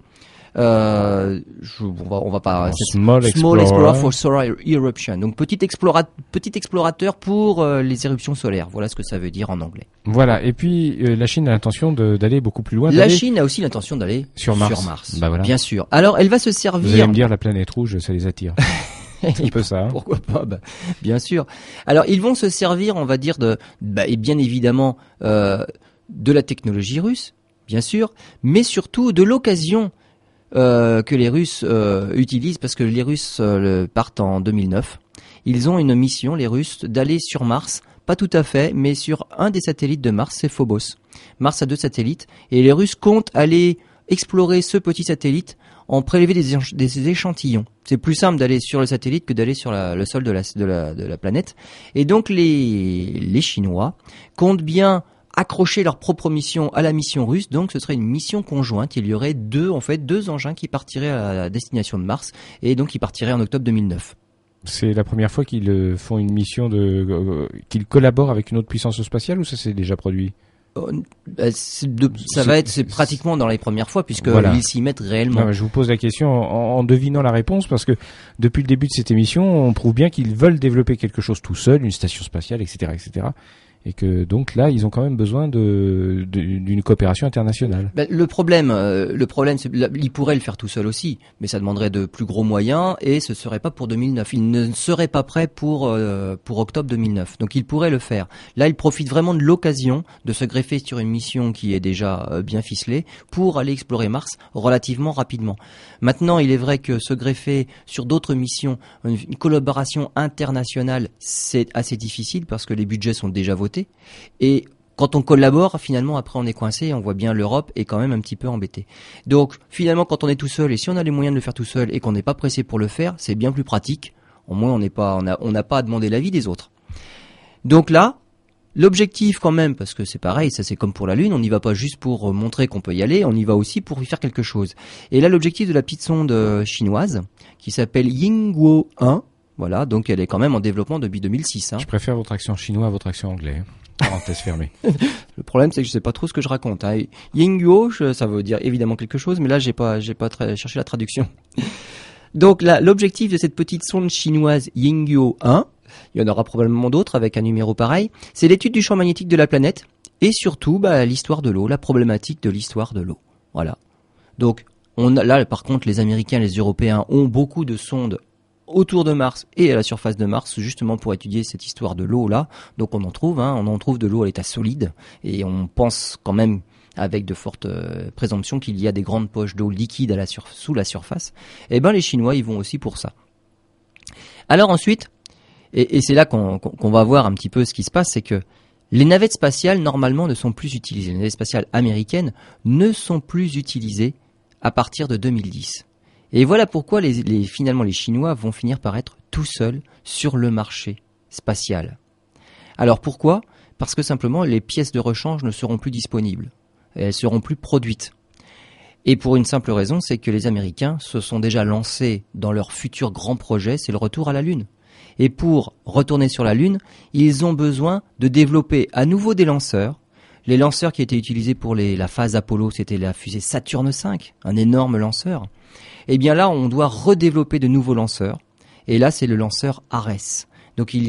On va pas. Small Explorer for Solar Eruption. Donc petit explorateur pour les éruptions solaires. Voilà ce que ça veut dire en anglais. Voilà. Et puis la Chine a l'intention d'aller beaucoup plus loin. La Chine a aussi l'intention d'aller sur Mars. Bah voilà. Bien sûr. Alors elle va se servir. Vous allez me dire la planète rouge, ça les attire. C'est un peu ça. Pourquoi pas, bien sûr. Alors ils vont se servir, on va dire et bien évidemment de la technologie russe, bien sûr, mais surtout de l'occasion que les Russes utilisent, parce que les Russes partent en 2009. Ils ont une mission, les Russes, d'aller sur Mars, pas tout à fait, mais sur un des satellites de Mars, c'est Phobos. Mars a 2 satellites, et les Russes comptent aller explorer ce petit satellite en prélever des échantillons. C'est plus simple d'aller sur le satellite que d'aller sur le sol de la planète. Et donc les Chinois comptent bien accrocher leur propre mission à la mission russe, donc ce serait une mission conjointe. Il y aurait deux engins qui partiraient à la destination de Mars, et donc ils partiraient en octobre 2009. C'est la première fois qu'ils font une mission qu'ils collaborent avec une autre puissance spatiale, ou ça s'est déjà produit? C'est pratiquement dans les premières fois, puisque ils s'y mettent réellement. Non, je vous pose la question en devinant la réponse, parce que depuis le début de cette émission, on prouve bien qu'ils veulent développer quelque chose tout seul, une station spatiale, etc., etc. Et que donc là, ils ont quand même besoin d'une coopération internationale. Le problème, c'est ils pourraient le faire tout seul aussi, mais ça demanderait de plus gros moyens, et ce serait pas pour 2009. Ils ne seraient pas prêts pour octobre 2009. Donc ils pourraient le faire. Là, ils profitent vraiment de l'occasion de se greffer sur une mission qui est déjà bien ficelée pour aller explorer Mars relativement rapidement. Maintenant, il est vrai que se greffer sur d'autres missions, une collaboration internationale, c'est assez difficile parce que les budgets sont déjà votés. Et quand on collabore, finalement, après on est coincé, on voit bien l'Europe est quand même un petit peu embêtée. Donc finalement, quand on est tout seul, et si on a les moyens de le faire tout seul et qu'on n'est pas pressé pour le faire, c'est bien plus pratique. Au moins, on n'a pas à demander l'avis des autres. Donc là, l'objectif quand même, parce que c'est pareil, ça c'est comme pour la Lune, on n'y va pas juste pour montrer qu'on peut y aller, on y va aussi pour y faire quelque chose. Et là, l'objectif de la petite sonde chinoise, qui s'appelle Yingguo 1, voilà, donc elle est quand même en développement depuis 2006. Je préfère votre accent chinois à votre accent anglais. Parenthèse fermée. Le problème, c'est que je sais pas trop ce que je raconte. Yingguo, ça veut dire évidemment quelque chose, mais là, j'ai pas cherché la traduction. Donc là, l'objectif de cette petite sonde chinoise Yingguo 1, il y en aura probablement d'autres avec un numéro pareil, c'est l'étude du champ magnétique de la planète et surtout l'histoire de l'eau, la problématique de l'histoire de l'eau. Voilà. Donc là, par contre, les Américains, les Européens ont beaucoup de sondes autour de Mars et à la surface de Mars, justement pour étudier cette histoire de l'eau là. Donc on en trouve de l'eau à l'état solide, et on pense quand même avec de fortes présomptions qu'il y a des grandes poches d'eau liquide sous la surface. Et les Chinois ils vont aussi pour ça. Alors ensuite, et c'est là qu'on va voir un petit peu ce qui se passe, c'est que les navettes spatiales normalement ne sont plus utilisées. Les navettes spatiales américaines ne sont plus utilisées à partir de 2010. Et voilà pourquoi finalement les Chinois vont finir par être tout seuls sur le marché spatial. Alors pourquoi ? Parce que simplement les pièces de rechange ne seront plus disponibles. Elles seront plus produites. Et pour une simple raison, c'est que les Américains se sont déjà lancés dans leur futur grand projet, c'est le retour à la Lune. Et pour retourner sur la Lune, ils ont besoin de développer à nouveau des lanceurs. Les lanceurs qui étaient utilisés pour la phase Apollo, c'était la fusée Saturne V, un énorme lanceur. Et bien là, on doit redévelopper de nouveaux lanceurs. Et là, c'est le lanceur Ares. Donc il y a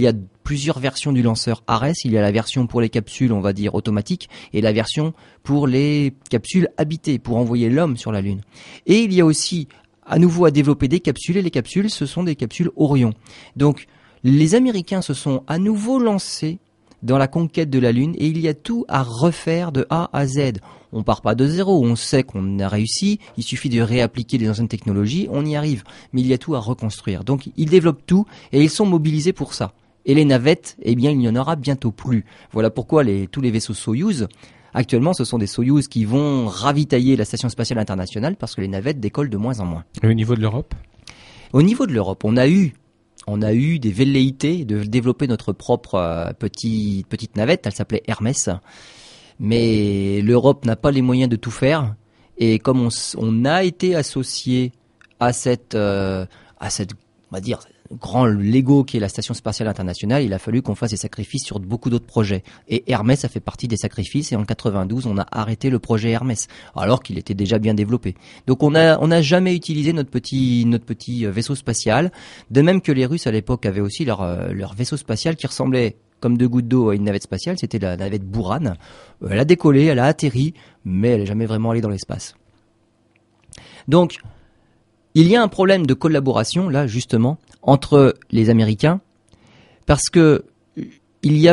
plusieurs versions du lanceur Ares. Il y a la version pour les capsules, on va dire, automatiques, et la version pour les capsules habitées, pour envoyer l'homme sur la Lune. Et il y a aussi, à nouveau, à développer des capsules, et les capsules, ce sont des capsules Orion. Donc, les Américains se sont à nouveau lancés dans la conquête de la Lune, et il y a tout à refaire de A à Z. On part pas de zéro, on sait qu'on a réussi, il suffit de réappliquer les anciennes technologies, on y arrive. Mais il y a tout à reconstruire. Donc ils développent tout et ils sont mobilisés pour ça. Et les navettes, eh bien il n'y en aura bientôt plus. Voilà pourquoi tous les vaisseaux Soyouz, actuellement ce sont des Soyouz qui vont ravitailler la Station Spatiale Internationale parce que les navettes décollent de moins en moins. Et au niveau de l'Europe ? Au niveau de l'Europe, on a eu des velléités de développer notre propre petite navette, elle s'appelait Hermès. Mais l'Europe n'a pas les moyens de tout faire. Et comme on a été associé à cette, on va dire, grand Lego qui est la Station Spatiale Internationale, il a fallu qu'on fasse des sacrifices sur beaucoup d'autres projets. Et Hermès, ça fait partie des sacrifices. Et en 92, on a arrêté le projet Hermès, alors qu'il était déjà bien développé. Donc on n'a jamais utilisé notre petit vaisseau spatial. De même que les Russes à l'époque avaient aussi leur vaisseau spatial qui ressemblait comme deux gouttes d'eau à une navette spatiale, c'était la navette Buran. Elle a décollé, elle a atterri, mais elle n'est jamais vraiment allée dans l'espace. Donc, il y a un problème de collaboration, là, justement, entre les Américains, parce que il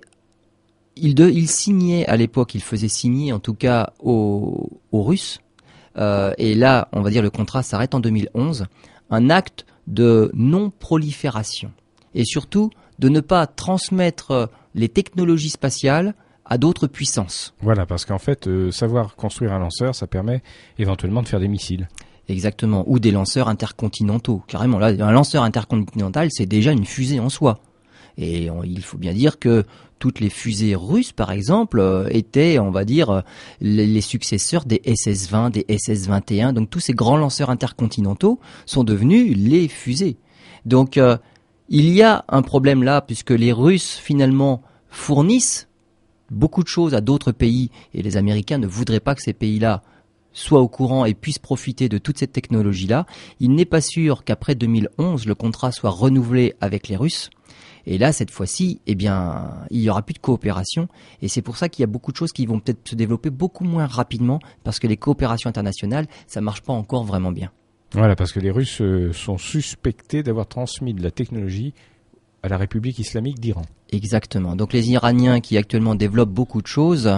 signait à l'époque, il faisait signer, en tout cas, aux Russes, et là, on va dire, le contrat s'arrête en 2011, un acte de non-prolifération. Et surtout, de ne pas transmettre les technologies spatiales à d'autres puissances. Voilà, parce qu'en fait, savoir construire un lanceur, ça permet éventuellement de faire des missiles. Exactement, ou des lanceurs intercontinentaux. Carrément, là, un lanceur intercontinental, c'est déjà une fusée en soi. Et il faut bien dire que toutes les fusées russes, par exemple, étaient, on va dire, les successeurs des SS-20, des SS-21. Donc tous ces grands lanceurs intercontinentaux sont devenus les fusées. Donc il y a un problème là, puisque les Russes, finalement, fournissent beaucoup de choses à d'autres pays, et les Américains ne voudraient pas que ces pays-là soient au courant et puissent profiter de toute cette technologie-là. Il n'est pas sûr qu'après 2011, le contrat soit renouvelé avec les Russes. Et là, cette fois-ci, eh bien, il y aura plus de coopération. Et c'est pour ça qu'il y a beaucoup de choses qui vont peut-être se développer beaucoup moins rapidement, parce que les coopérations internationales, ça marche pas encore vraiment bien. Voilà, parce que les Russes sont suspectés d'avoir transmis de la technologie à la République islamique d'Iran. Exactement. Donc les Iraniens qui actuellement développent beaucoup de choses,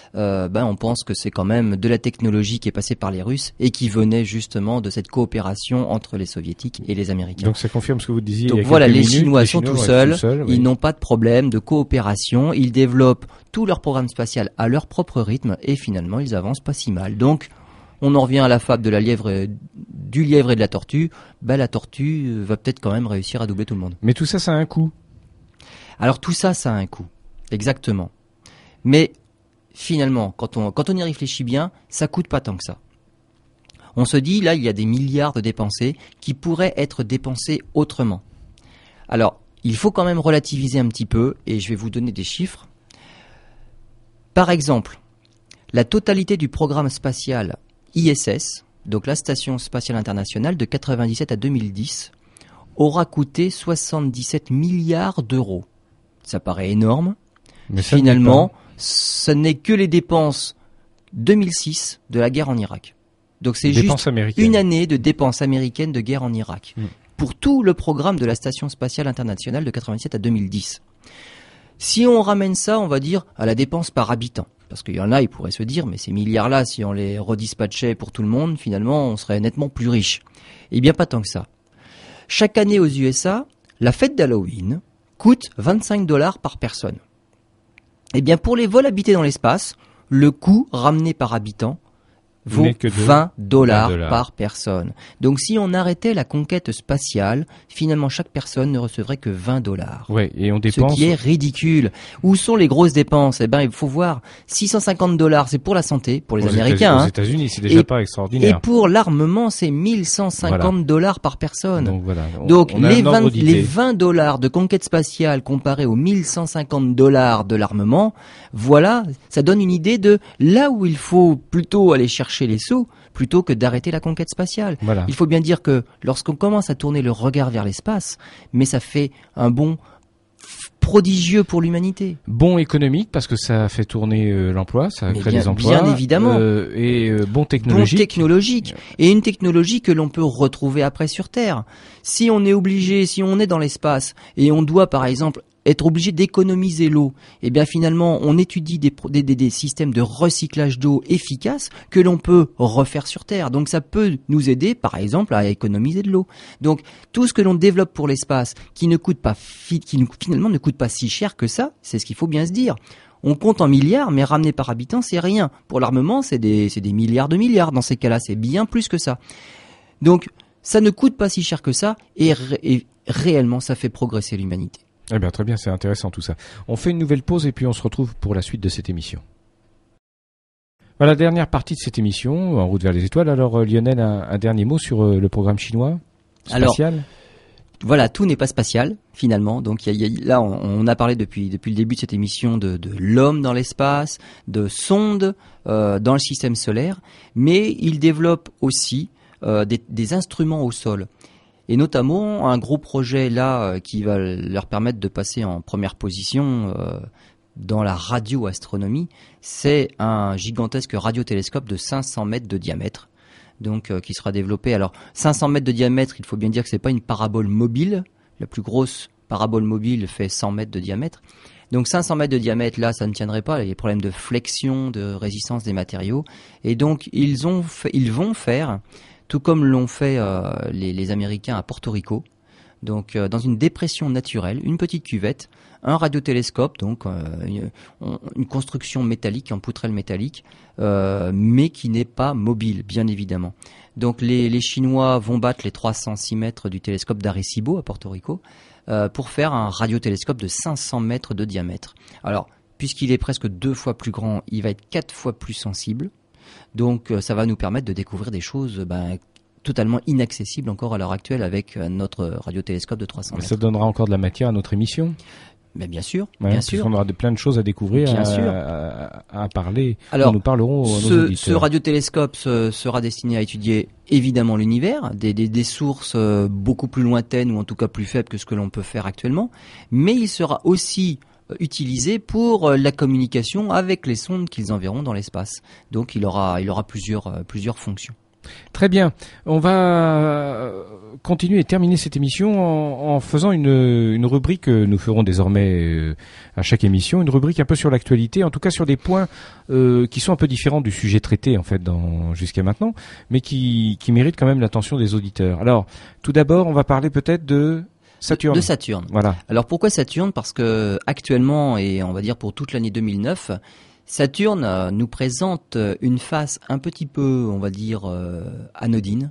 on pense que c'est quand même de la technologie qui est passée par les Russes et qui venait justement de cette coopération entre les Soviétiques et les Américains. Donc ça confirme ce que vous disiez. Donc il y a voilà, quelques les minutes, Chinois sont tout seuls, oui. Ils n'ont pas de problème de coopération, ils développent tout leur programme spatial à leur propre rythme et finalement ils avancent pas si mal. Donc on en revient à la fable de du lièvre et de la tortue. La tortue va peut-être quand même réussir à doubler tout le monde. Mais tout ça, ça a un coût. Alors tout ça, ça a un coût. Exactement. Mais finalement, quand on y réfléchit bien, ça coûte pas tant que ça. On se dit, là, il y a des milliards de dépensés qui pourraient être dépensés autrement. Alors, il faut quand même relativiser un petit peu, et je vais vous donner des chiffres. Par exemple, la totalité du programme spatial ISS, donc la Station Spatiale Internationale, de 97 à 2010, aura coûté 77 milliards d'euros. Ça paraît énorme. Mais finalement, ce n'est que les dépenses 2006 de la guerre en Irak. Donc c'est juste une année de dépenses américaines de guerre en Irak. Pour tout le programme de la Station Spatiale Internationale de 97 à 2010. Si on ramène ça, on va dire, à la dépense par habitant. Parce qu'il y en a, ils pourraient se dire, mais ces milliards-là, si on les redispatchait pour tout le monde, finalement, on serait nettement plus riche. Eh bien, pas tant que ça. Chaque année aux USA, la fête d'Halloween coûte $25 par personne. Eh bien, pour les vols habités dans l'espace, le coût ramené par habitant vaut $20 par personne. Donc si on arrêtait la conquête spatiale, finalement chaque personne ne recevrait que $20. Ouais, et on dépense... Ce qui est ridicule. Où sont les grosses dépenses ? Eh ben, il faut voir. $650, c'est pour la santé, pour les Américains. Aux États-Unis, c'est déjà pas extraordinaire. Et pour l'armement, c'est $1150 par personne. Donc voilà. Donc les $20 de conquête spatiale comparés aux $1150 de l'armement, voilà, ça donne une idée de là où il faut plutôt aller chercher les sous plutôt que d'arrêter la conquête spatiale. Voilà. Il faut bien dire que lorsqu'on commence à tourner le regard vers l'espace, mais ça fait un bond prodigieux pour l'humanité. Bon économique parce que ça fait tourner l'emploi, ça crée des emplois. Bien évidemment. Bon technologique. Bon technologique. Et une technologie que l'on peut retrouver après sur Terre. Si on est obligé, si on est dans l'espace et on doit par exemple être obligé d'économiser l'eau, et bien finalement on étudie des systèmes de recyclage d'eau efficaces que l'on peut refaire sur Terre. Donc ça peut nous aider par exemple à économiser de l'eau. Donc tout ce que l'on développe pour l'espace qui finalement ne coûte pas si cher que ça, c'est ce qu'il faut bien se dire. On compte en milliards, mais ramené par habitant, c'est rien. Pour l'armement, c'est des milliards de milliards. Dans ces cas-là, c'est bien plus que ça. Donc ça ne coûte pas si cher que ça et réellement ça fait progresser l'humanité. Eh bien, très bien, c'est intéressant tout ça. On fait une nouvelle pause et puis on se retrouve pour la suite de cette émission. Voilà, dernière partie de cette émission, En route vers les étoiles. Alors, Lionel, un dernier mot sur le programme chinois spatial. Alors, voilà, tout n'est pas spatial, finalement. Donc, là, on a parlé depuis le début de cette émission de l'homme dans l'espace, de sondes dans le système solaire, mais il développe aussi des instruments au sol. Et notamment un gros projet là qui va leur permettre de passer en première position dans la radioastronomie, c'est un gigantesque radiotélescope de 500 mètres de diamètre, donc qui sera développé. Alors 500 mètres de diamètre, il faut bien dire que c'est pas une parabole mobile. La plus grosse parabole mobile fait 100 mètres de diamètre. Donc 500 mètres de diamètre, là, ça ne tiendrait pas. Il y a des problèmes de flexion, de résistance des matériaux. Et donc ils vont faire, tout comme l'ont fait les Américains à Porto Rico, donc dans une dépression naturelle, une petite cuvette, un radiotélescope, donc une construction métallique, en poutrelle métallique, mais qui n'est pas mobile, bien évidemment. Donc les Chinois vont battre les 306 mètres du télescope d'Arecibo à Porto Rico pour faire un radiotélescope de 500 mètres de diamètre. Alors, puisqu'il est presque 2 fois plus grand, il va être 4 fois plus sensible. Donc ça va nous permettre de découvrir des choses totalement inaccessibles encore à l'heure actuelle avec notre radiotélescope de 300 mètres. Ça donnera encore de la matière à notre émission. Mais bien sûr, ouais, bien sûr. On aura plein de choses à découvrir, à parler. Alors, nous parlerons à nos auditeurs. Ce radiotélescope sera destiné à étudier évidemment l'univers, des sources beaucoup plus lointaines ou en tout cas plus faibles que ce que l'on peut faire actuellement, mais il sera aussi utilisé pour la communication avec les sondes qu'ils enverront dans l'espace. Donc il aura plusieurs fonctions. Très bien. On va continuer et terminer cette émission en faisant une rubrique que nous ferons désormais à chaque émission, une rubrique un peu sur l'actualité, en tout cas sur des points qui sont un peu différents du sujet traité en fait jusqu'à maintenant, mais qui méritent quand même l'attention des auditeurs. Alors, tout d'abord, on va parler peut-être de Saturne. De Saturne. Voilà. Alors pourquoi Saturne ? Parce que actuellement, et on va dire pour toute l'année 2009, Saturne nous présente une face un petit peu, on va dire, anodine,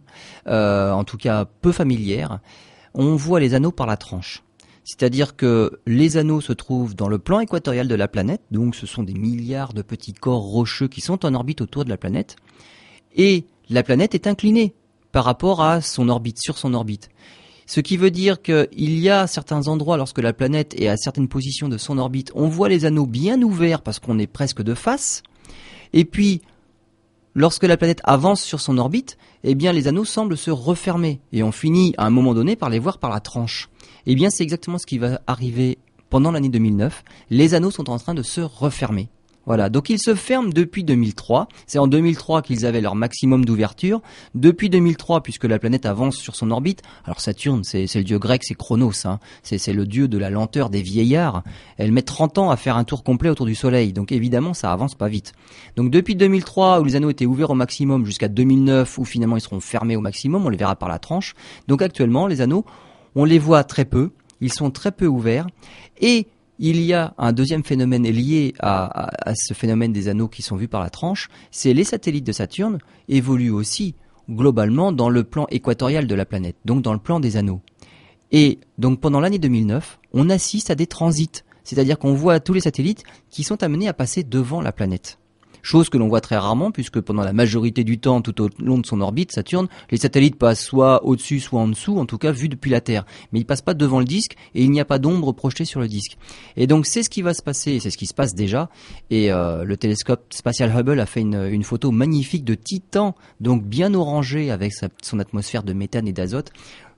en tout cas peu familière. On voit les anneaux par la tranche. C'est-à-dire que les anneaux se trouvent dans le plan équatorial de la planète, donc ce sont des milliards de petits corps rocheux qui sont en orbite autour de la planète, et la planète est inclinée par rapport à son orbite, sur son orbite. Ce qui veut dire qu'il y a certains endroits, lorsque la planète est à certaines positions de son orbite, on voit les anneaux bien ouverts parce qu'on est presque de face. Et puis, lorsque la planète avance sur son orbite, eh bien, les anneaux semblent se refermer. Et on finit, à un moment donné, par les voir par la tranche. Eh bien, c'est exactement ce qui va arriver pendant l'année 2009. Les anneaux sont en train de se refermer. Voilà, donc ils se ferment depuis 2003. C'est en 2003 qu'ils avaient leur maximum d'ouverture. Depuis 2003, puisque la planète avance sur son orbite, alors Saturne, c'est le dieu grec, c'est Chronos, hein. C'est le dieu de la lenteur des vieillards. Elle met 30 ans à faire un tour complet autour du Soleil, donc évidemment ça avance pas vite. Donc depuis 2003, où les anneaux étaient ouverts au maximum, jusqu'à 2009, où finalement ils seront fermés au maximum, on les verra par la tranche. Donc actuellement, les anneaux, on les voit très peu, ils sont très peu ouverts, et il y a un deuxième phénomène lié à ce phénomène des anneaux qui sont vus par la tranche, c'est les satellites de Saturne évoluent aussi globalement dans le plan équatorial de la planète, donc dans le plan des anneaux. Et donc pendant l'année 2009, on assiste à des transits, c'est-à-dire qu'on voit tous les satellites qui sont amenés à passer devant la planète. Chose que l'on voit très rarement puisque pendant la majorité du temps, tout au long de son orbite, Saturne, les satellites passent soit au-dessus, soit en dessous, en tout cas vus depuis la Terre. Mais ils passent pas devant le disque et il n'y a pas d'ombre projetée sur le disque. Et donc c'est ce qui va se passer, et c'est ce qui se passe déjà. Et le télescope spatial Hubble a fait une photo magnifique de Titan, donc bien orangé avec son atmosphère de méthane et d'azote.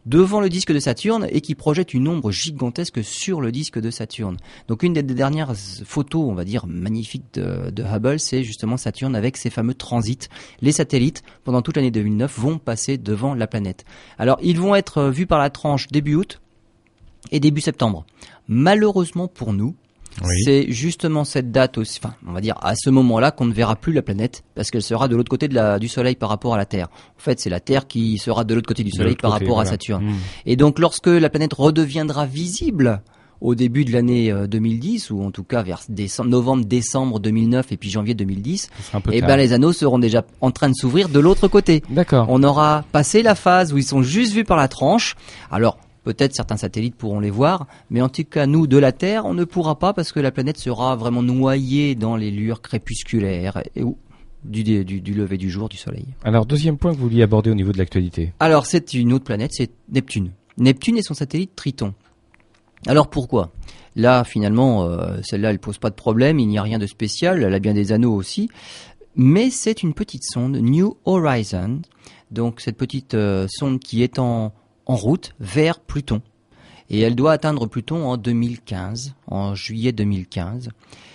devant le disque de Saturne et qui projette une ombre gigantesque sur le disque de Saturne. Donc une des dernières photos, on va dire, magnifiques de Hubble, c'est justement Saturne avec ses fameux transits. Les satellites, pendant toute l'année 2009, vont passer devant la planète. Alors ils vont être vus par la tranche début août et début septembre. Malheureusement pour nous, c'est justement cette date aussi, enfin, on va dire à ce moment-là qu'on ne verra plus la planète parce qu'elle sera de l'autre côté du Soleil par rapport à la Terre. En fait, c'est la Terre qui sera de l'autre côté du Soleil par rapport à Saturne. Et donc, lorsque la planète redeviendra visible au début de l'année 2010 ou en tout cas vers novembre, décembre 2009 et puis janvier 2010, et ben les anneaux seront déjà en train de s'ouvrir de l'autre côté. D'accord. On aura passé la phase où ils sont juste vus par la tranche. Alors peut-être certains satellites pourront les voir, mais en tout cas, nous, de la Terre, on ne pourra pas parce que la planète sera vraiment noyée dans les lueurs crépusculaires du lever du jour du Soleil. Alors, deuxième point que vous vouliez aborder au niveau de l'actualité. Alors, c'est une autre planète, c'est Neptune. Neptune et son satellite Triton. Alors, pourquoi ? Là, finalement, celle-là, elle pose pas de problème, il n'y a rien de spécial, elle a bien des anneaux aussi, mais c'est une petite sonde, New Horizon, donc cette petite sonde qui est en route vers Pluton. Et elle doit atteindre Pluton en 2015, en juillet 2015.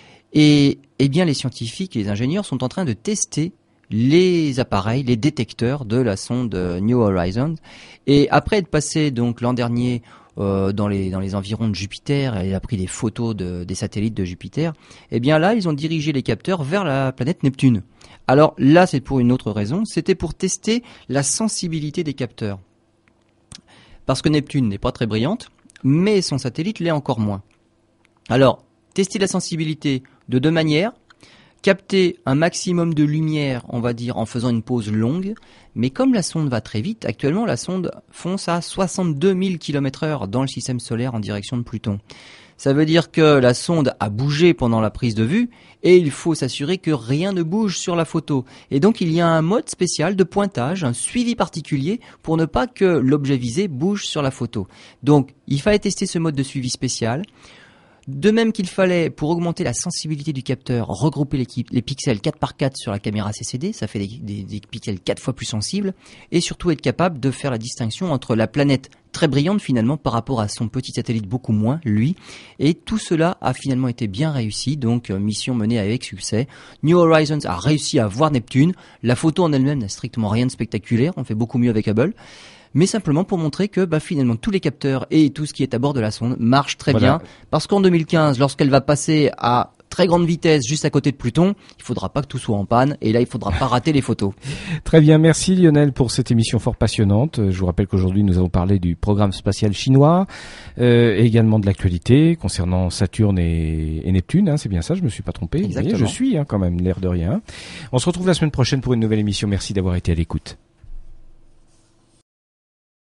Et bien, les scientifiques et les ingénieurs sont en train de tester les appareils, les détecteurs de la sonde New Horizons. Et après être passé donc l'an dernier dans les environs de Jupiter, elle a pris des photos des satellites de Jupiter. Et bien là, ils ont dirigé les capteurs vers la planète Neptune. Alors là, c'est pour une autre raison. C'était pour tester la sensibilité des capteurs. Parce que Neptune n'est pas très brillante, mais son satellite l'est encore moins. Alors, tester la sensibilité de deux manières, capter un maximum de lumière, on va dire, en faisant une pause longue, mais comme la sonde va très vite, actuellement la sonde fonce à 62 000 km/h dans le système solaire en direction de Pluton. Ça veut dire que la sonde a bougé pendant la prise de vue et il faut s'assurer que rien ne bouge sur la photo. Et donc il y a un mode spécial de pointage, un suivi particulier pour ne pas que l'objet visé bouge sur la photo. Donc il fallait tester ce mode de suivi spécial. De même qu'il fallait, pour augmenter la sensibilité du capteur, regrouper les pixels 4x4 sur la caméra CCD, ça fait des pixels 4 fois plus sensibles, et surtout être capable de faire la distinction entre la planète très brillante finalement par rapport à son petit satellite beaucoup moins, lui, et tout cela a finalement été bien réussi, donc mission menée avec succès. New Horizons a réussi à voir Neptune, la photo en elle-même n'a strictement rien de spectaculaire, on fait beaucoup mieux avec Hubble, mais simplement pour montrer que finalement tous les capteurs et tout ce qui est à bord de la sonde marche très bien, parce qu'en 2015, lorsqu'elle va passer à très grande vitesse juste à côté de Pluton, il faudra pas que tout soit en panne, et là il faudra pas rater les photos. Très bien, merci Lionel pour cette émission fort passionnante. Je vous rappelle qu'aujourd'hui nous avons parlé du programme spatial chinois, et également de l'actualité concernant Saturne et Neptune, hein, c'est bien ça, je me suis pas trompé. Exactement. Je suis quand même, l'air de rien. On se retrouve la semaine prochaine pour une nouvelle émission, merci d'avoir été à l'écoute.